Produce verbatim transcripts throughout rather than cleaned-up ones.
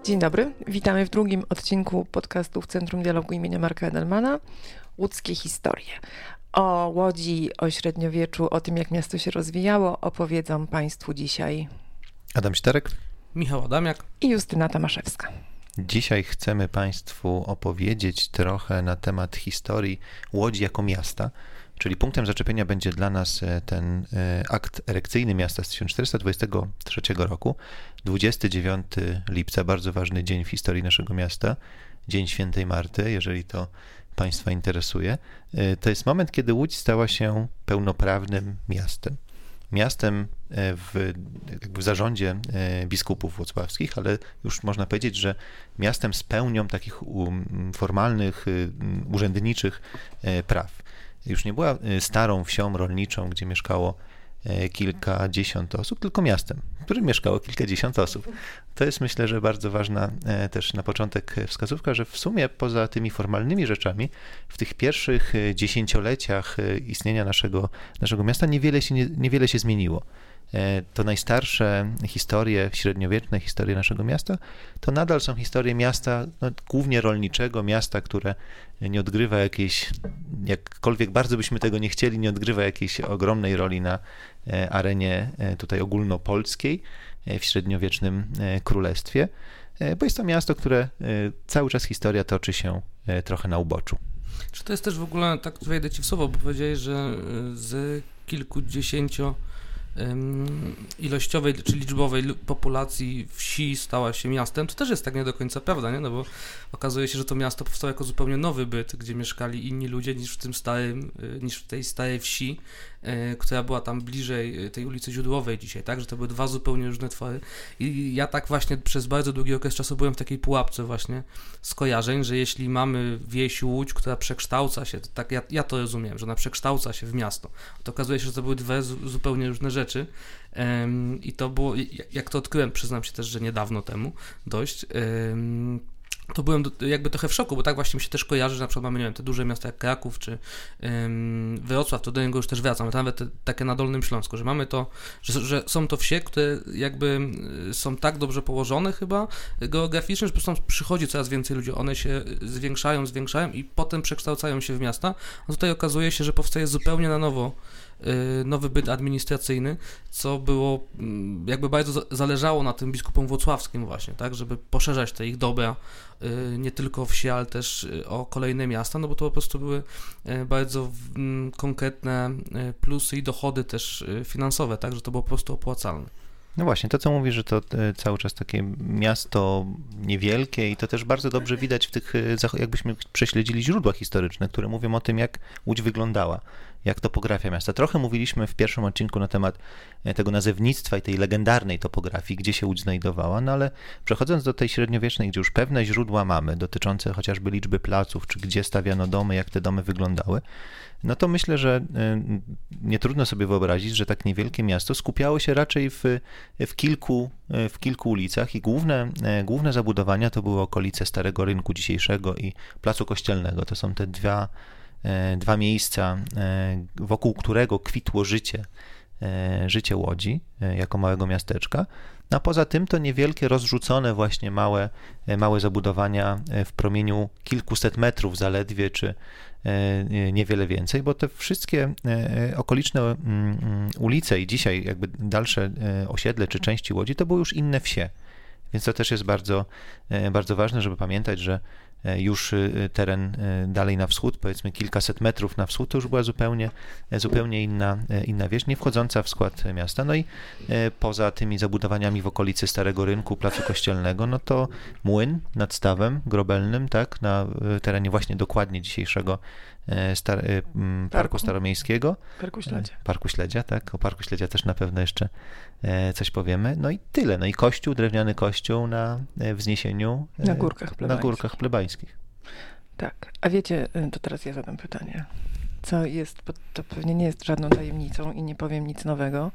Dzień dobry, witamy w drugim odcinku podcastu w Centrum Dialogu imienia Marka Edelmana. Łódzkie historie. O Łodzi, o średniowieczu, o tym, jak miasto się rozwijało, opowiedzą Państwu dzisiaj Adam Sterek, Michał Adamiak i Justyna Tomaszewska. Dzisiaj chcemy Państwu opowiedzieć trochę na temat historii Łodzi jako miasta, czyli punktem zaczepienia będzie dla nas ten akt erekcyjny miasta z tysiąc czterysta dwudziestego trzeciego roku, dwudziestego dziewiątego lipca, bardzo ważny dzień w historii naszego miasta, Dzień Świętej Marty, jeżeli to Państwa interesuje. To jest moment, kiedy Łódź stała się pełnoprawnym miastem. Miastem w, jakby w zarządzie biskupów włocławskich, ale już można powiedzieć, że miastem z pełnią takich formalnych, urzędniczych praw. Już nie była starą wsią rolniczą, gdzie mieszkało kilkadziesiąt osób, tylko miastem, w którym mieszkało kilkadziesiąt osób. To jest, myślę, że bardzo ważna też na początek wskazówka, że w sumie poza tymi formalnymi rzeczami w tych pierwszych dziesięcioleciach istnienia naszego, naszego miasta niewiele się, nie, niewiele się zmieniło. To najstarsze historie, średniowieczne historie naszego miasta, to nadal są historie miasta, no, głównie rolniczego, miasta, które nie odgrywa jakiejś, jakkolwiek bardzo byśmy tego nie chcieli, nie odgrywa jakiejś ogromnej roli na arenie tutaj ogólnopolskiej w średniowiecznym królestwie, bo jest to miasto, które cały czas historia toczy się trochę na uboczu. Czy to jest też w ogóle, tak wejdę ci w słowo, bo powiedziałeś, że z kilkudziesięcio ilościowej czy liczbowej populacji wsi stała się miastem, to też jest tak nie do końca prawda, nie? No bo okazuje się, że to miasto powstało jako zupełnie nowy byt, gdzie mieszkali inni ludzie niż w tym starym, niż w tej starej wsi, która była tam bliżej tej ulicy Źródłowej dzisiaj, tak? Że to były dwa zupełnie różne twory. I ja tak właśnie przez bardzo długi okres czasu byłem w takiej pułapce właśnie skojarzeń, że jeśli mamy wieś Łódź, która przekształca się, tak ja, ja to rozumiem, że ona przekształca się w miasto, to okazuje się, że to były dwie zupełnie różne rzeczy. Um, I to było, jak to odkryłem, przyznam się też, że niedawno temu dość, um, to byłem do, jakby trochę w szoku, bo tak właśnie mi się też kojarzy, że na przykład mamy, nie wiem, te duże miasta jak Kraków czy um, Wrocław, to do niego już też wracam, to nawet te, takie na Dolnym Śląsku, że mamy to, że, że są to wsie, które jakby są tak dobrze położone chyba geograficznie, że po prostu przychodzi coraz więcej ludzi, one się zwiększają, zwiększają i potem przekształcają się w miasta, a tutaj okazuje się, że powstaje zupełnie na nowo nowy byt administracyjny, co było, jakby bardzo zależało na tym biskupom włocławskim właśnie, tak, żeby poszerzać te ich dobra nie tylko o wsie, ale też o kolejne miasta, no bo to po prostu były bardzo konkretne plusy i dochody też finansowe, tak, że to było po prostu opłacalne. No właśnie, to co mówisz, że to cały czas takie miasto niewielkie i to też bardzo dobrze widać w tych, jakbyśmy prześledzili źródła historyczne, które mówią o tym, jak Łódź wyglądała, jak topografia miasta. Trochę mówiliśmy w pierwszym odcinku na temat tego nazewnictwa i tej legendarnej topografii, gdzie się Łódź znajdowała, no ale przechodząc do tej średniowiecznej, gdzie już pewne źródła mamy, dotyczące chociażby liczby placów, czy gdzie stawiano domy, jak te domy wyglądały, no to myślę, że nie trudno sobie wyobrazić, że tak niewielkie miasto skupiało się raczej w, w, kilku, w kilku ulicach i główne, główne zabudowania to były okolice Starego Rynku dzisiejszego i Placu Kościelnego. To są te dwa, dwa miejsca, wokół którego kwitło życie, życie Łodzi jako małego miasteczka. A poza tym to niewielkie, rozrzucone właśnie małe, małe zabudowania w promieniu kilkuset metrów zaledwie, czy niewiele więcej, bo te wszystkie okoliczne ulice i dzisiaj jakby dalsze osiedle czy części Łodzi to były już inne wsie. Więc to też jest bardzo, bardzo ważne, żeby pamiętać, że już teren dalej na wschód, powiedzmy kilkaset metrów na wschód, to już była zupełnie, zupełnie inna, inna wieś, nie wchodząca w skład miasta. No i poza tymi zabudowaniami w okolicy Starego Rynku, Placu Kościelnego, no to młyn nad stawem grobelnym, tak, na terenie właśnie dokładnie dzisiejszego Star- Parku, Parku Staromiejskiego. Parku Śledzia. Parku Śledzia, tak. O Parku Śledzia też na pewno jeszcze coś powiemy. No i tyle. No i kościół, drewniany kościół na wzniesieniu na górkach plebańskich. Na górkach plebańskich. Tak. A wiecie, to teraz ja zadam pytanie. Co jest, to pewnie nie jest żadną tajemnicą i nie powiem nic nowego,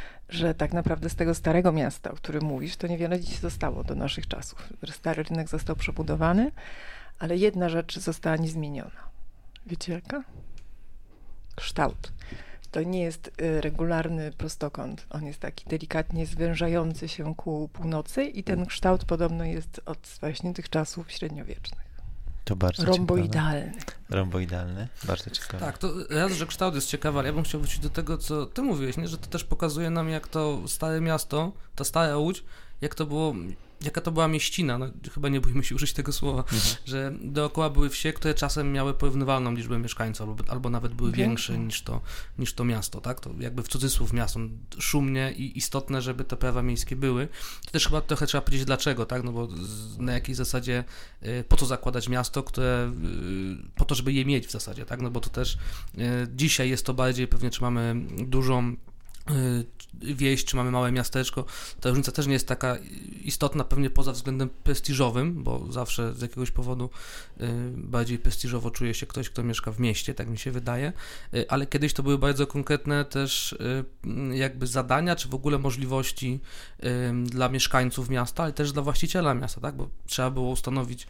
że tak naprawdę z tego starego miasta, o którym mówisz, to niewiele dziś zostało do naszych czasów. Stary rynek został przebudowany, ale jedna rzecz została niezmieniona. Wiecie jaka? Kształt. To nie jest regularny prostokąt. On jest taki delikatnie zwężający się ku północy i ten kształt podobno jest od właśnie tych czasów średniowiecznych. To bardzo romboidalny. Ciekawe. Romboidalny, bardzo ciekawe. Tak, to raz, że kształt jest ciekawy, ale ja bym chciał wrócić do tego, co ty mówiłeś, nie? Że to też pokazuje nam, jak to stare miasto, ta stara Łódź, jak to było, jaka to była mieścina, no, chyba nie bójmy się użyć tego słowa, mhm. że dookoła były wsie, które czasem miały porównywalną liczbę mieszkańców, albo, albo nawet były większe niż to, niż to miasto, tak? To jakby w cudzysłów miasto, szumnie i istotne, żeby te prawa miejskie były. To też chyba trochę trzeba powiedzieć dlaczego, tak? No bo z, na jakiej zasadzie, y, po co zakładać miasto, które, y, po to, żeby je mieć w zasadzie, tak? No bo to też y, dzisiaj jest to bardziej, pewnie czy mamy dużą wieś, czy mamy małe miasteczko, ta różnica też nie jest taka istotna, pewnie poza względem prestiżowym, bo zawsze z jakiegoś powodu y, bardziej prestiżowo czuje się ktoś, kto mieszka w mieście, tak mi się wydaje, y, ale kiedyś to były bardzo konkretne też y, jakby zadania, czy w ogóle możliwości y, dla mieszkańców miasta, ale też dla właściciela miasta, tak, bo trzeba było ustanowić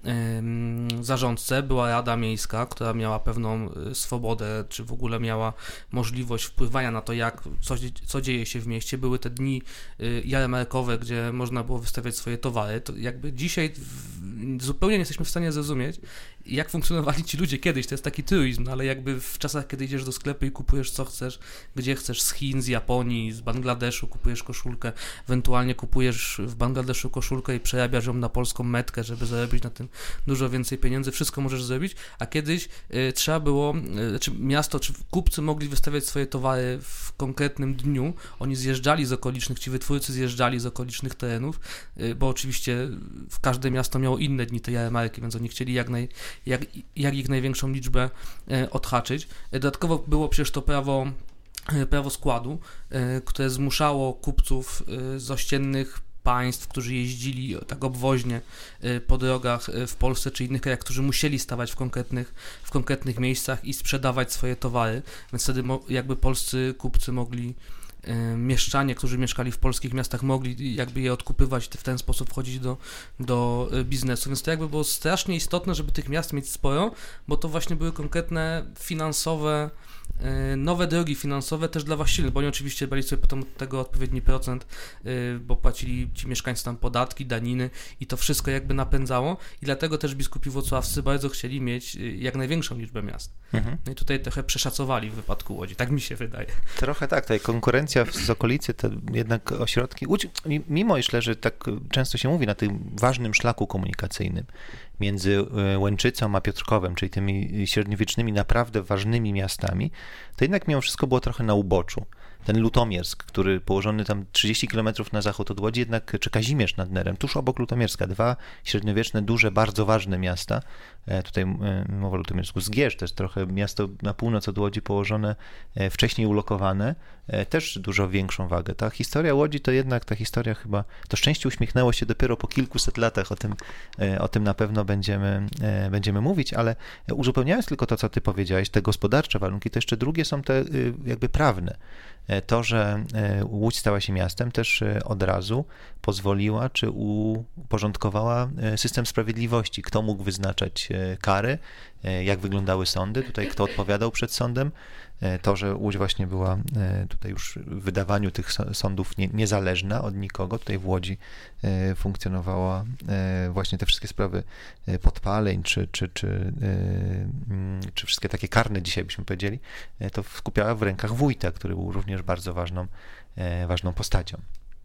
y, zarządcę, była Rada Miejska, która miała pewną y, swobodę, czy w ogóle miała możliwość wpływania na to, jak co, co dzieje się w mieście. Były te dni y, jarmarkowe, gdzie można było wystawiać swoje towary. To jakby dzisiaj w, zupełnie nie jesteśmy w stanie zrozumieć, jak funkcjonowali ci ludzie kiedyś. To jest taki truizm, ale jakby w czasach, kiedy idziesz do sklepu i kupujesz co chcesz, gdzie chcesz, z Chin, z Japonii, z Bangladeszu, kupujesz koszulkę, ewentualnie kupujesz w Bangladeszu koszulkę i przerabiasz ją na polską metkę, żeby zarobić na tym dużo więcej pieniędzy. Wszystko możesz zrobić, a kiedyś y, trzeba było, y, czy miasto, czy kupcy mogli wystawiać swoje towary w konkretnym dniu. Oni zjeżdżali z okolicznych, ci wytwórcy zjeżdżali z okolicznych terenów, y, bo oczywiście w każde miasto miało inne dni te jarmarki, więc oni chcieli jak, naj, jak, jak ich największą liczbę y, odhaczyć. Y, dodatkowo było przecież to prawo prawo składu, które zmuszało kupców z ościennych państw, którzy jeździli tak obwoźnie po drogach w Polsce czy innych krajach, którzy musieli stawać w konkretnych, w konkretnych miejscach i sprzedawać swoje towary, więc wtedy jakby polscy kupcy mogli, mieszczanie, którzy mieszkali w polskich miastach, mogli jakby je odkupywać, w ten sposób wchodzić do, do biznesu, więc to jakby było strasznie istotne, żeby tych miast mieć sporo, bo to właśnie były konkretne finansowe, nowe drogi finansowe też dla właścicieli, bo oni oczywiście brali sobie potem od tego odpowiedni procent, bo płacili ci mieszkańcy tam podatki, daniny i to wszystko jakby napędzało i dlatego też biskupi włocławscy bardzo chcieli mieć jak największą liczbę miast. Mhm. No i tutaj trochę przeszacowali w wypadku Łodzi, tak mi się wydaje. Trochę tak, tutaj konkurencja z okolicy, te jednak ośrodki, Łódź, mimo iż leży, tak często się mówi, na tym ważnym szlaku komunikacyjnym między Łęczycą a Piotrkowem, czyli tymi średniowiecznymi, naprawdę ważnymi miastami, to jednak mimo wszystko było trochę na uboczu. Ten Lutomiersk, który położony tam trzydzieści kilometrów na zachód od Łodzi, jednak, czy Kazimierz nad Nerem, tuż obok Lutomierska, dwa średniowieczne, duże, bardzo ważne miasta. Tutaj mowa o Lutomiersku. Zgierz to jest trochę miasto na północ od Łodzi położone, wcześniej ulokowane, też dużo większą wagę. Ta historia Łodzi to jednak, ta historia chyba, to szczęście uśmiechnęło się dopiero po kilkuset latach, o tym, o tym na pewno będziemy, będziemy mówić, ale uzupełniając tylko to, co ty powiedziałeś, te gospodarcze warunki, to jeszcze drugie są te jakby prawne. To, że Łódź stała się miastem, też od razu pozwoliła, czy uporządkowała system sprawiedliwości. Kto mógł wyznaczać kary, jak wyglądały sądy, tutaj kto odpowiadał przed sądem. To, że Łódź właśnie była tutaj już w wydawaniu tych sądów nie, niezależna od nikogo. Tutaj w Łodzi funkcjonowała właśnie te wszystkie sprawy podpaleń, czy, czy, czy, czy wszystkie takie karne, dzisiaj byśmy powiedzieli, to skupiała w rękach wójta, który był również bardzo ważną, ważną postacią.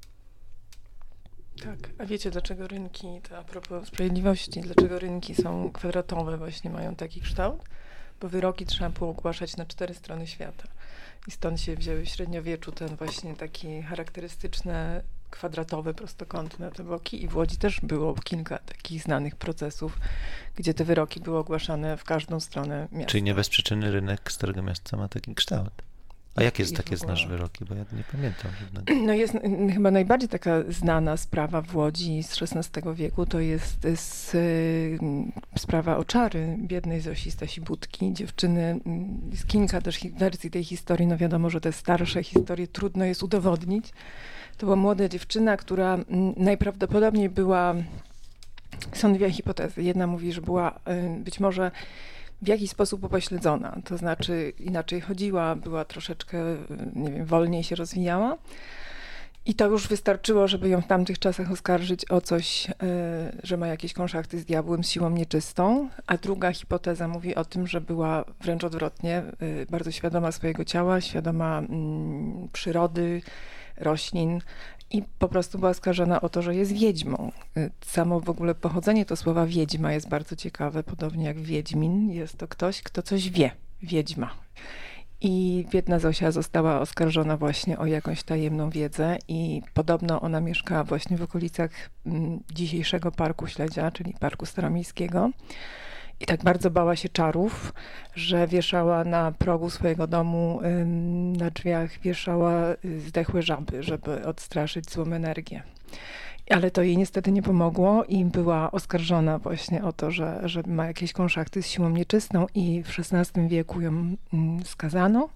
Tak, a wiecie dlaczego rynki, to a propos sprawiedliwości, dlaczego rynki są kwadratowe, właśnie mają taki kształt? Bo wyroki trzeba było ogłaszać na cztery strony świata. I stąd się wzięły w średniowieczu ten właśnie taki charakterystyczne, kwadratowe, prostokątne te boki. I w Łodzi też było kilka takich znanych procesów, gdzie te wyroki były ogłaszane w każdą stronę miasta. Czyli nie bez przyczyny rynek Starego Miasta ma taki kształt. A jakie jest takie znasz wyroki? Bo ja nie pamiętam żadnego. No jest chyba najbardziej taka znana sprawa w Łodzi z szesnastego wieku, to jest z, y, sprawa Oczary, biednej Zosi Stasi Budki, dziewczyny. Jest kilka też wersji tej historii, no wiadomo, że te starsze historie trudno jest udowodnić. To była młoda dziewczyna, która najprawdopodobniej była, są dwie hipotezy. Jedna mówi, że była y, być może w jakiś sposób upośledzona, to znaczy inaczej chodziła, była troszeczkę, nie wiem, wolniej się rozwijała. I to już wystarczyło, żeby ją w tamtych czasach oskarżyć o coś, że ma jakieś konszachty z diabłem, z siłą nieczystą, a druga hipoteza mówi o tym, że była wręcz odwrotnie, bardzo świadoma swojego ciała, świadoma przyrody, roślin i po prostu była oskarżona o to, że jest wiedźmą. Samo w ogóle pochodzenie to słowa wiedźma jest bardzo ciekawe, podobnie jak wiedźmin, jest to ktoś, kto coś wie, wiedźma. I biedna Zosia została oskarżona właśnie o jakąś tajemną wiedzę i podobno ona mieszkała właśnie w okolicach m, dzisiejszego Parku Śledzia, czyli Parku Staromiejskiego. I tak bardzo bała się czarów, że wieszała na progu swojego domu, ym, na drzwiach wieszała zdechłe żaby, żeby odstraszyć złą energię. Ale to jej niestety nie pomogło i była oskarżona właśnie o to, że, że ma jakieś konszachty z siłą nieczystą i w szesnastym wieku ją skazano.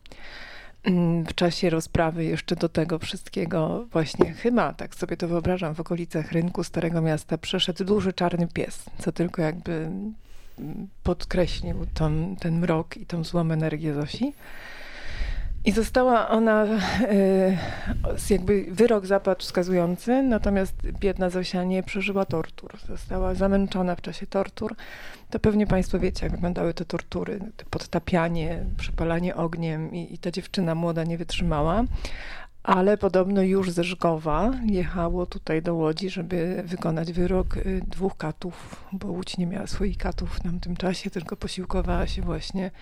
W czasie rozprawy jeszcze do tego wszystkiego właśnie chyba, tak sobie to wyobrażam, w okolicach rynku Starego Miasta przeszedł duży czarny pies, co tylko jakby podkreślił ten, ten mrok i tą złą energię Zosi. I została ona, jakby wyrok zapadł skazujący, natomiast biedna Zosia nie przeżyła tortur. Została zamęczona w czasie tortur. To pewnie Państwo wiecie, jak wyglądały te tortury, te podtapianie, przepalanie ogniem i, i ta dziewczyna młoda nie wytrzymała. Ale podobno już ze Żgowa jechało tutaj do Łodzi, żeby wykonać wyrok dwóch katów, bo Łódź nie miała swoich katów w tamtym czasie, tylko posiłkowała się właśnie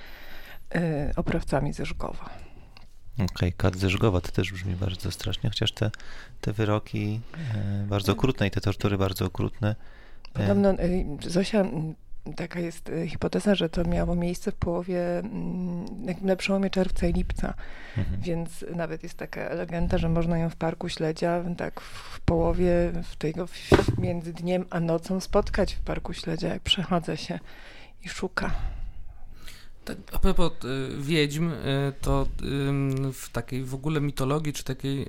oprawcami ze Żgowa. Okej, okay, kat ze Żgowa to też brzmi bardzo strasznie, chociaż te, te wyroki e, bardzo okrutne i te tortury bardzo okrutne. E... Podobno Zosia, taka jest hipoteza, że to miało miejsce w połowie, na przełomie czerwca i lipca, mhm. Więc nawet jest taka legenda, że można ją w Parku Śledzia tak w połowie w tego, między dniem a nocą spotkać w Parku Śledzia, jak przechadza się i szuka. Tak, a propos y, wiedźm, y, to y, w takiej w ogóle mitologii, czy takiej y,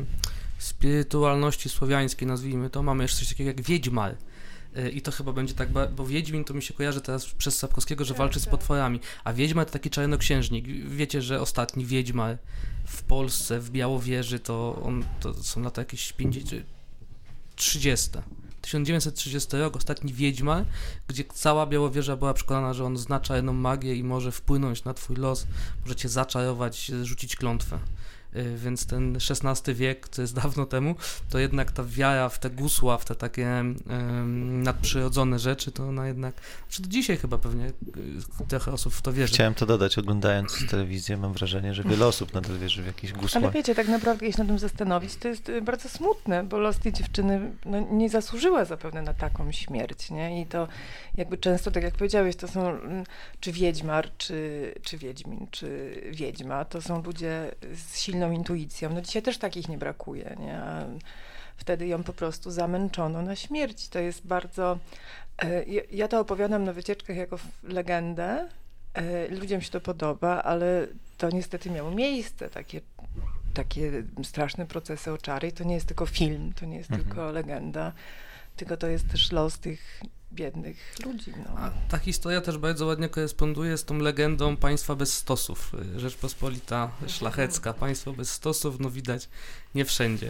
spirytualności słowiańskiej, nazwijmy to, mamy jeszcze coś takiego jak wiedźmar. Y, I to chyba będzie tak, bo wiedźmin to mi się kojarzy teraz przez Sapkowskiego, że walczy z potworami, a wiedźmar to taki czarnoksiężnik. Wiecie, że ostatni wiedźmar w Polsce, w Białowieży, to, on, to są lata jakieś pięćdziesiąte, trzydzieste. tysiąc dziewięćset trzydziesty rok, ostatni wiedźmar, gdzie cała Białowieża była przekonana, że on zna czarną magię i może wpłynąć na twój los, może cię zaczarować, rzucić klątwę. Więc ten szesnasty wiek, to jest dawno temu, to jednak ta wiara w te gusła, w te takie um, nadprzyrodzone rzeczy, to ona jednak, znaczy do dzisiaj chyba pewnie trochę osób w to wierzy. Chciałem to dodać, oglądając telewizję, mam wrażenie, że wiele osób nadal wierzy w jakieś gusła. Ale wiecie, tak naprawdę, jeśli na tym zastanowić, to jest bardzo smutne, bo los tej dziewczyny no, nie zasłużyła zapewne na taką śmierć, nie? I to jakby często, tak jak powiedziałeś, to są czy wiedźmar, czy, czy wiedźmin, czy wiedźma, to są ludzie z silną intuicją. No dzisiaj też takich nie brakuje, nie? A wtedy ją po prostu zamęczono na śmierć. To jest bardzo... Ja, ja to opowiadam na wycieczkach jako legendę. Ludziom się to podoba, ale to niestety miało miejsce, takie, takie straszne procesy o czary. I to nie jest tylko film, to nie jest mhm. tylko legenda, tylko to jest też los tych biednych ludzi. No. A ta historia też bardzo ładnie koresponduje z tą legendą państwa bez stosów. Rzeczpospolita szlachecka, państwo bez stosów, no widać nie wszędzie.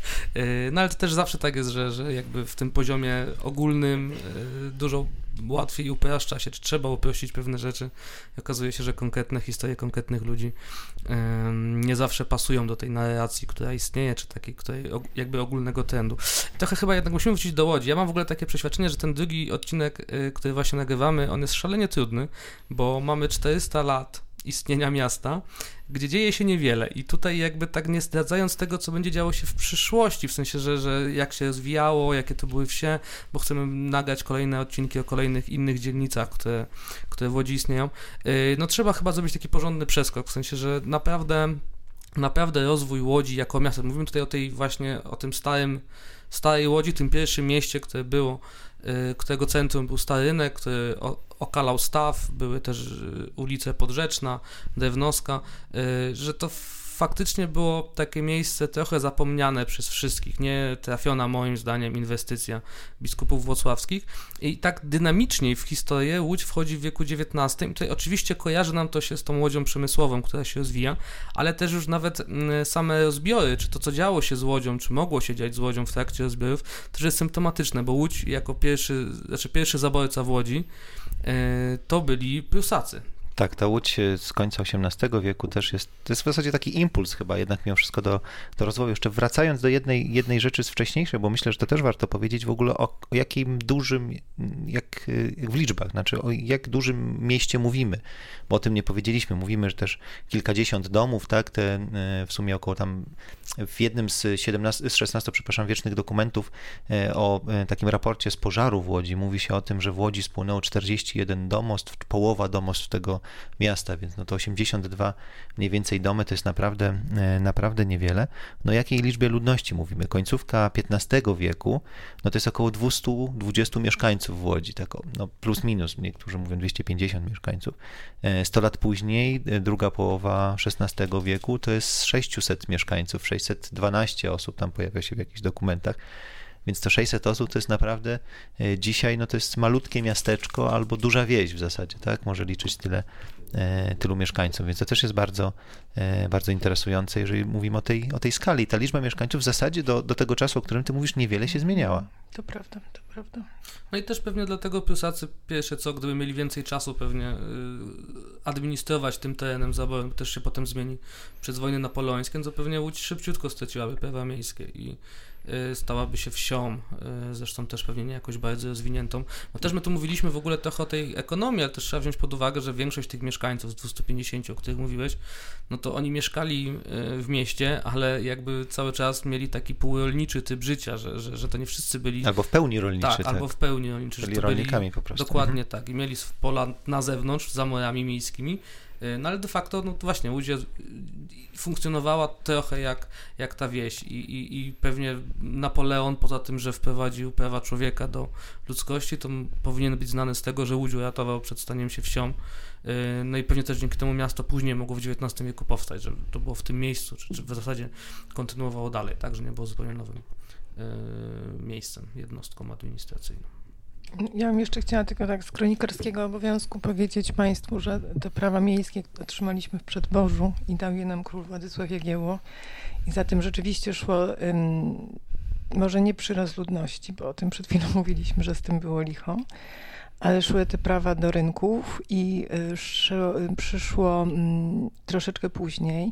No ale to też zawsze tak jest, że, że jakby w tym poziomie ogólnym dużo łatwiej upraszcza się, czy trzeba uprościć pewne rzeczy. I okazuje się, że konkretne historie konkretnych ludzi um, nie zawsze pasują do tej narracji, która istnieje, czy takiej, której jakby ogólnego trendu. I trochę chyba jednak musimy wrócić do Łodzi. Ja mam w ogóle takie przeświadczenie, że ten drugi odcinek, y, który właśnie nagrywamy, on jest szalenie trudny, bo mamy czterysta lat istnienia miasta, gdzie dzieje się niewiele i tutaj jakby tak nie zdradzając tego, co będzie działo się w przyszłości, w sensie, że, że jak się rozwijało, jakie to były wsie, bo chcemy nagrać kolejne odcinki o kolejnych innych dzielnicach, które, które w Łodzi istnieją, yy, no trzeba chyba zrobić taki porządny przeskok, w sensie, że naprawdę naprawdę rozwój Łodzi jako miasta, mówimy tutaj o tej właśnie, o tym starym, starej Łodzi, tym pierwszym mieście, które było, którego centrum był Stary Rynek, który okalał staw, były też ulice Podrzeczna, Drewnowska, że to faktycznie było takie miejsce trochę zapomniane przez wszystkich, nie trafiona moim zdaniem inwestycja biskupów włocławskich i tak dynamicznie w historię Łódź wchodzi w wieku dziewiętnastym. I tutaj oczywiście kojarzy nam to się z tą łodzią przemysłową, która się rozwija, ale też już nawet same rozbiory, czy to co działo się z Łodzią, czy mogło się dziać z Łodzią w trakcie rozbiorów, też jest symptomatyczne, bo Łódź jako pierwszy, znaczy pierwszy zaborca w Łodzi to byli Prusacy. Tak, ta Łódź z końca osiemnastego wieku też jest, to jest w zasadzie taki impuls chyba jednak mimo wszystko do, do rozwoju. Jeszcze wracając do jednej, jednej rzeczy z wcześniejszej, bo myślę, że to też warto powiedzieć w ogóle o, o jakim dużym, jak, jak w liczbach, znaczy o jak dużym mieście mówimy, bo o tym nie powiedzieliśmy. Mówimy, że też kilkadziesiąt domów, tak, te w sumie około tam w jednym z siedemnastu, z szesnastu, przepraszam, wiecznych dokumentów o takim raporcie z pożaru w Łodzi mówi się o tym, że w Łodzi spłonęło czterdzieści jeden domostw, połowa domostw tego miasta, więc no to osiemdziesiąt dwa mniej więcej domy to jest naprawdę, naprawdę niewiele. No o jakiej liczbie ludności mówimy? Końcówka piętnastego wieku, no to jest około dwieście dwadzieścia mieszkańców w Łodzi, tak, no plus minus, niektórzy mówią dwieście pięćdziesiąt mieszkańców. sto lat później, druga połowa szesnastego wieku, to jest sześćset mieszkańców, sześćset dwanaście osób tam pojawia się w jakichś dokumentach. Więc to sześćset osób to jest naprawdę dzisiaj, no to jest malutkie miasteczko albo duża wieś w zasadzie, tak? Może liczyć tyle, tylu mieszkańców, więc to też jest bardzo, bardzo interesujące, jeżeli mówimy o tej, o tej skali. Ta liczba mieszkańców w zasadzie do, do tego czasu, o którym ty mówisz, niewiele się zmieniała. To prawda, to prawda. No i też pewnie dlatego Prusacy pierwsze co, gdyby mieli więcej czasu pewnie administrować tym terenem zaborem, też się potem zmieni przez wojny napoleońskie, no to pewnie Łódź szybciutko straciłaby prawa miejskie i stałaby się wsią, zresztą też pewnie nie jakoś bardzo rozwiniętą. Bo też my tu mówiliśmy w ogóle trochę o tej ekonomii, ale też trzeba wziąć pod uwagę, że większość tych mieszkańców z dwieście pięćdziesiąt, o których mówiłeś, no to oni mieszkali w mieście, ale jakby cały czas mieli taki półrolniczy typ życia, że, że, że to nie wszyscy byli... Albo w pełni rolniczy. Tak, tak. albo w pełni rolniczy. Byli że to rolnikami byli, po prostu. Dokładnie mhm. tak. I mieli pola na zewnątrz, za morami miejskimi. No ale de facto, no to właśnie, Łódź funkcjonowała trochę jak, jak ta wieś i, i, i pewnie Napoleon, poza tym, że wprowadził prawa człowieka do ludzkości, to powinien być znany z tego, że Łódź uratował przed staniem się wsią. No i pewnie też dzięki temu miasto później mogło w dziewiętnastym wieku powstać, że to było w tym miejscu, czy, czy w zasadzie kontynuowało dalej, tak, że nie było zupełnie nowym yy, miejscem, jednostką administracyjną. Ja bym jeszcze chciała tylko tak z kronikarskiego obowiązku powiedzieć Państwu, że te prawa miejskie otrzymaliśmy w przedbożu i dał je nam król Władysław Jagiełło i za tym rzeczywiście szło, um, może nie przyrost ludności, bo o tym przed chwilą mówiliśmy, że z tym było licho, ale szły te prawa do rynków i y, szło, y, przyszło y, troszeczkę później.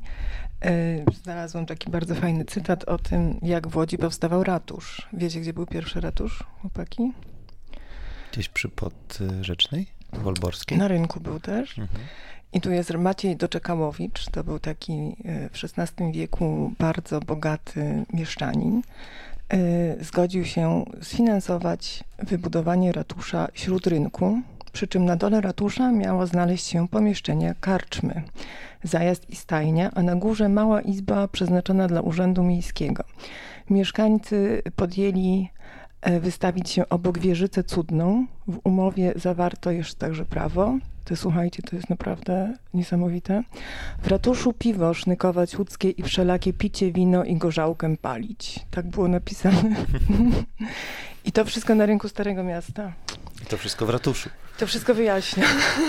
Y, znalazłam taki bardzo fajny cytat o tym, jak w Łodzi powstawał ratusz. Wiecie, gdzie był pierwszy ratusz, chłopaki? Gdzieś przy Podrzecznej, Wolborskiej? Na rynku był też. Mhm. I tu jest Maciej Doczekałowicz, to był taki w szesnastym wieku bardzo bogaty mieszczanin. Zgodził się sfinansować wybudowanie ratusza śród rynku, przy czym na dole ratusza miało znaleźć się pomieszczenie karczmy, zajazd i stajnia, a na górze mała izba przeznaczona dla urzędu miejskiego. Mieszkańcy podjęli wystawić się obok wieżycę cudną. W umowie zawarto jeszcze także prawo. To słuchajcie, to jest naprawdę niesamowite. W ratuszu piwo sznykować łódzkie i wszelakie picie, wino i gorzałkę palić. Tak było napisane. I to wszystko na rynku Starego Miasta. I to wszystko w ratuszu. To wszystko wyjaśnia.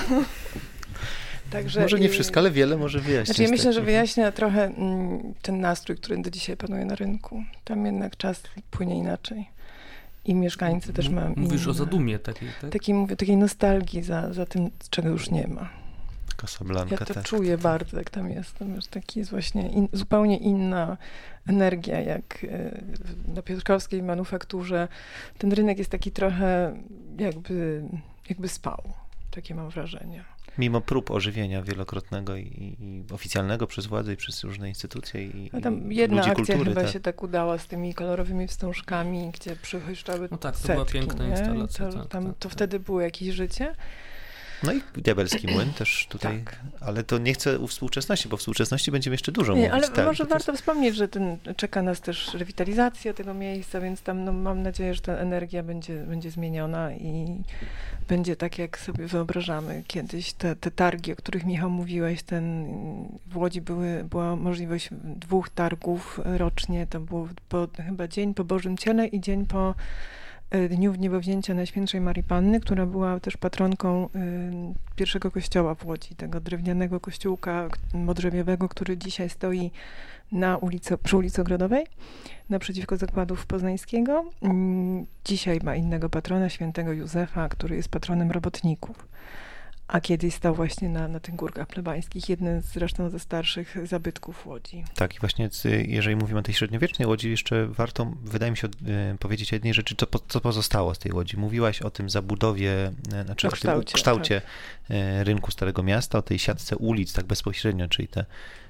Także, może nie wszystko, ale wiele może wyjaśnić. Znaczy ja myślę, że wyjaśnia trochę mm, ten nastrój, który do dzisiaj panuje na rynku. Tam jednak czas płynie inaczej. I mieszkańcy też mają Mówisz inne, o zadumie takiej, tak? Takiej, mówię, takiej nostalgii za, za tym, czego już nie ma. Casablanca, ja to tak. czuję bardzo, jak tam jestem. Już taki jest właśnie in, zupełnie inna energia, jak na piotrkowskiej manufakturze. Ten rynek jest taki trochę jakby, jakby spał. Takie mam wrażenie. Mimo prób ożywienia wielokrotnego i, i oficjalnego przez władze i przez różne instytucje i, no tam i jedna ludzi akcja kultury, chyba tak. się tak udała z tymi kolorowymi wstążkami, gdzie przychodziły No tak, to setki, była piękna nie? instalacja. To, tak, tam, tak, to tak. wtedy było jakieś życie. No i Diabelski Młyn też tutaj, Tak. ale to nie chcę u współczesności, bo w współczesności będziemy jeszcze dużo Nie, mówić. ale tak, może to warto jest... wspomnieć, że ten, czeka nas też rewitalizacja tego miejsca, więc tam no, mam nadzieję, że ta energia będzie, będzie zmieniona i będzie tak, jak sobie wyobrażamy. Kiedyś te, te targi, o których Michał mówiłeś, ten, w Łodzi były, była możliwość dwóch targów rocznie. To było po, chyba dzień po Bożym Ciele i dzień po Dniu Wniebowzięcia Najświętszej Marii Panny, która była też patronką y, pierwszego kościoła w Łodzi, tego drewnianego kościółka modrzewiowego, który dzisiaj stoi na ulicy, przy ulicy Ogrodowej, naprzeciwko Zakładów Poznańskiego. Y, dzisiaj ma innego patrona, świętego Józefa, który jest patronem robotników. A kiedyś stał właśnie na, na tych górkach plebańskich, jeden z, zresztą ze starszych zabytków Łodzi. Tak, i właśnie jeżeli mówimy o tej średniowiecznej Łodzi, jeszcze warto, wydaje mi się, powiedzieć o jednej rzeczy, co, co pozostało z tej Łodzi. Mówiłaś o tym zabudowie, znaczy o, o kształcie, tym kształcie tak. rynku Starego Miasta, o tej siatce ulic, tak bezpośrednio, czyli te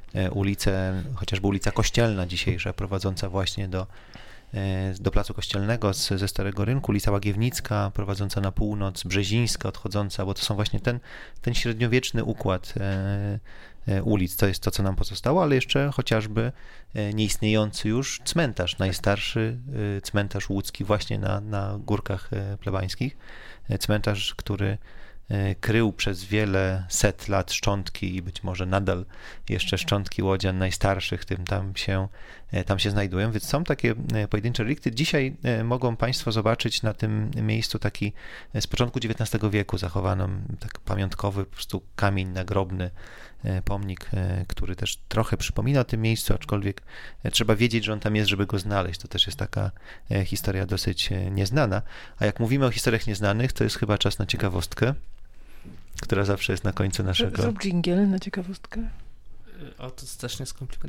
ulice, chociażby ulica Kościelna dzisiejsza, prowadząca właśnie do do Placu Kościelnego z, ze Starego Rynku, ulica Łagiewnicka prowadząca na północ, Brzezińska odchodząca, bo to są właśnie ten, ten średniowieczny układ e, e, ulic, to jest to, co nam pozostało, ale jeszcze chociażby e, nieistniejący już cmentarz, najstarszy e, cmentarz łódzki właśnie na, na górkach e, plebańskich, e, cmentarz, który krył przez wiele set lat szczątki i być może nadal jeszcze szczątki łodzian najstarszych, tym tam się, tam się znajdują, więc są takie pojedyncze relikty. Dzisiaj mogą Państwo zobaczyć na tym miejscu taki z początku dziewiętnastego wieku zachowaną, tak pamiątkowy po prostu kamień nagrobny, pomnik, który też trochę przypomina o tym miejscu, aczkolwiek trzeba wiedzieć, że on tam jest, żeby go znaleźć. To też jest taka historia dosyć nieznana. A jak mówimy o historiach nieznanych, to jest chyba czas na ciekawostkę, która zawsze jest na końcu naszego... Zrób dżingiel na ciekawostkę. O, to jest też nieskomplikowane.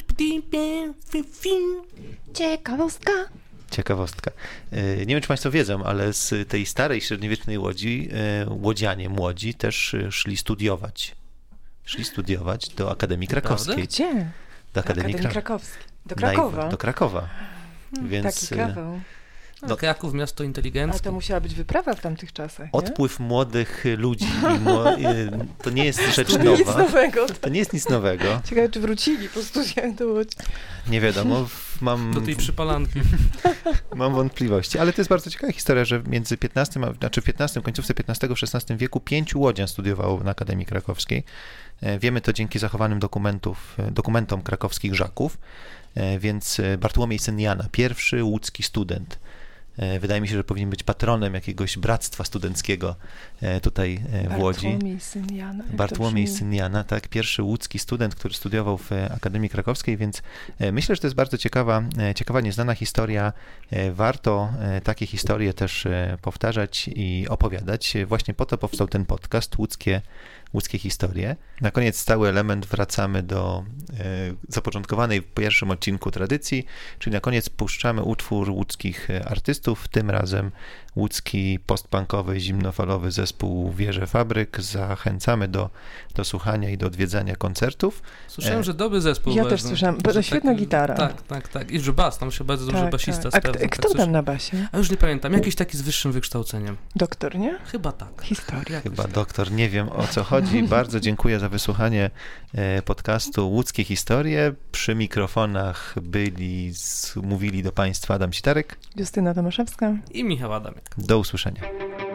Ciekawostka. Ciekawostka. Nie wiem, czy Państwo wiedzą, ale z tej starej średniowiecznej Łodzi łodzianie młodzi też szli studiować. Szli studiować do Akademii Krakowskiej. Prawda? Gdzie? Do Akademii, Akademii Kra... Krakowskiej. Do Krakowa? Na, do Krakowa. Hmm, Więc... Taki kawał. No, Kraków, miasto inteligenckie. Ale to musiała być wyprawa w tamtych czasach, nie? Odpływ młodych ludzi. Mimo, to nie jest rzecz to nowa. Nic nowego. To nie jest nic nowego. Ciekawe, czy wrócili po studiach do Łodzi. Nie wiadomo. Mam, do tej przypalanki. Mam wątpliwości, ale to jest bardzo ciekawa historia, że między piętnastym, a, znaczy w piętnastym, końcówce piętnastego, szesnastym wieku pięciu łodzian studiowało na Akademii Krakowskiej. Wiemy to dzięki zachowanym dokumentów, dokumentom krakowskich żaków, więc Bartłomiej syn Jana, pierwszy łódzki student. Wydaje mi się, że powinien być patronem jakiegoś bractwa studenckiego tutaj w Łodzi. Bartłomiej syn Jana. Bartłomiej syn Jana, tak, pierwszy łódzki student, który studiował w Akademii Krakowskiej, więc myślę, że to jest bardzo ciekawa, ciekawa, nieznana historia. Warto takie historie też powtarzać i opowiadać. Właśnie po to powstał ten podcast, Łódzkie Łódzkie historie. Na koniec stały element, wracamy do e, zapoczątkowanej w pierwszym odcinku tradycji, czyli na koniec puszczamy utwór łódzkich artystów, tym razem łódzki postpunkowy, zimnofalowy zespół Wieże Fabryk. Zachęcamy do, do słuchania i do odwiedzania koncertów. Słyszałem, że dobry zespół. Ja bardzo, też słyszałem, bo świetna tak, gitara. Tak, tak, tak. I że bas, tam się bardzo dobrze tak, basista tak. sprawdza. A kto tak, tam na basie? A już nie pamiętam, jakiś taki z wyższym wykształceniem. Doktor, nie? Chyba tak. Historia. Chyba doktor, nie wiem o co chodzi. Bardzo dziękuję za wysłuchanie podcastu Łódzkie Historie. Przy mikrofonach byli, mówili do Państwa Adam Sitarek, Justyna Tomaszewska i Michał Adamiak. Do usłyszenia.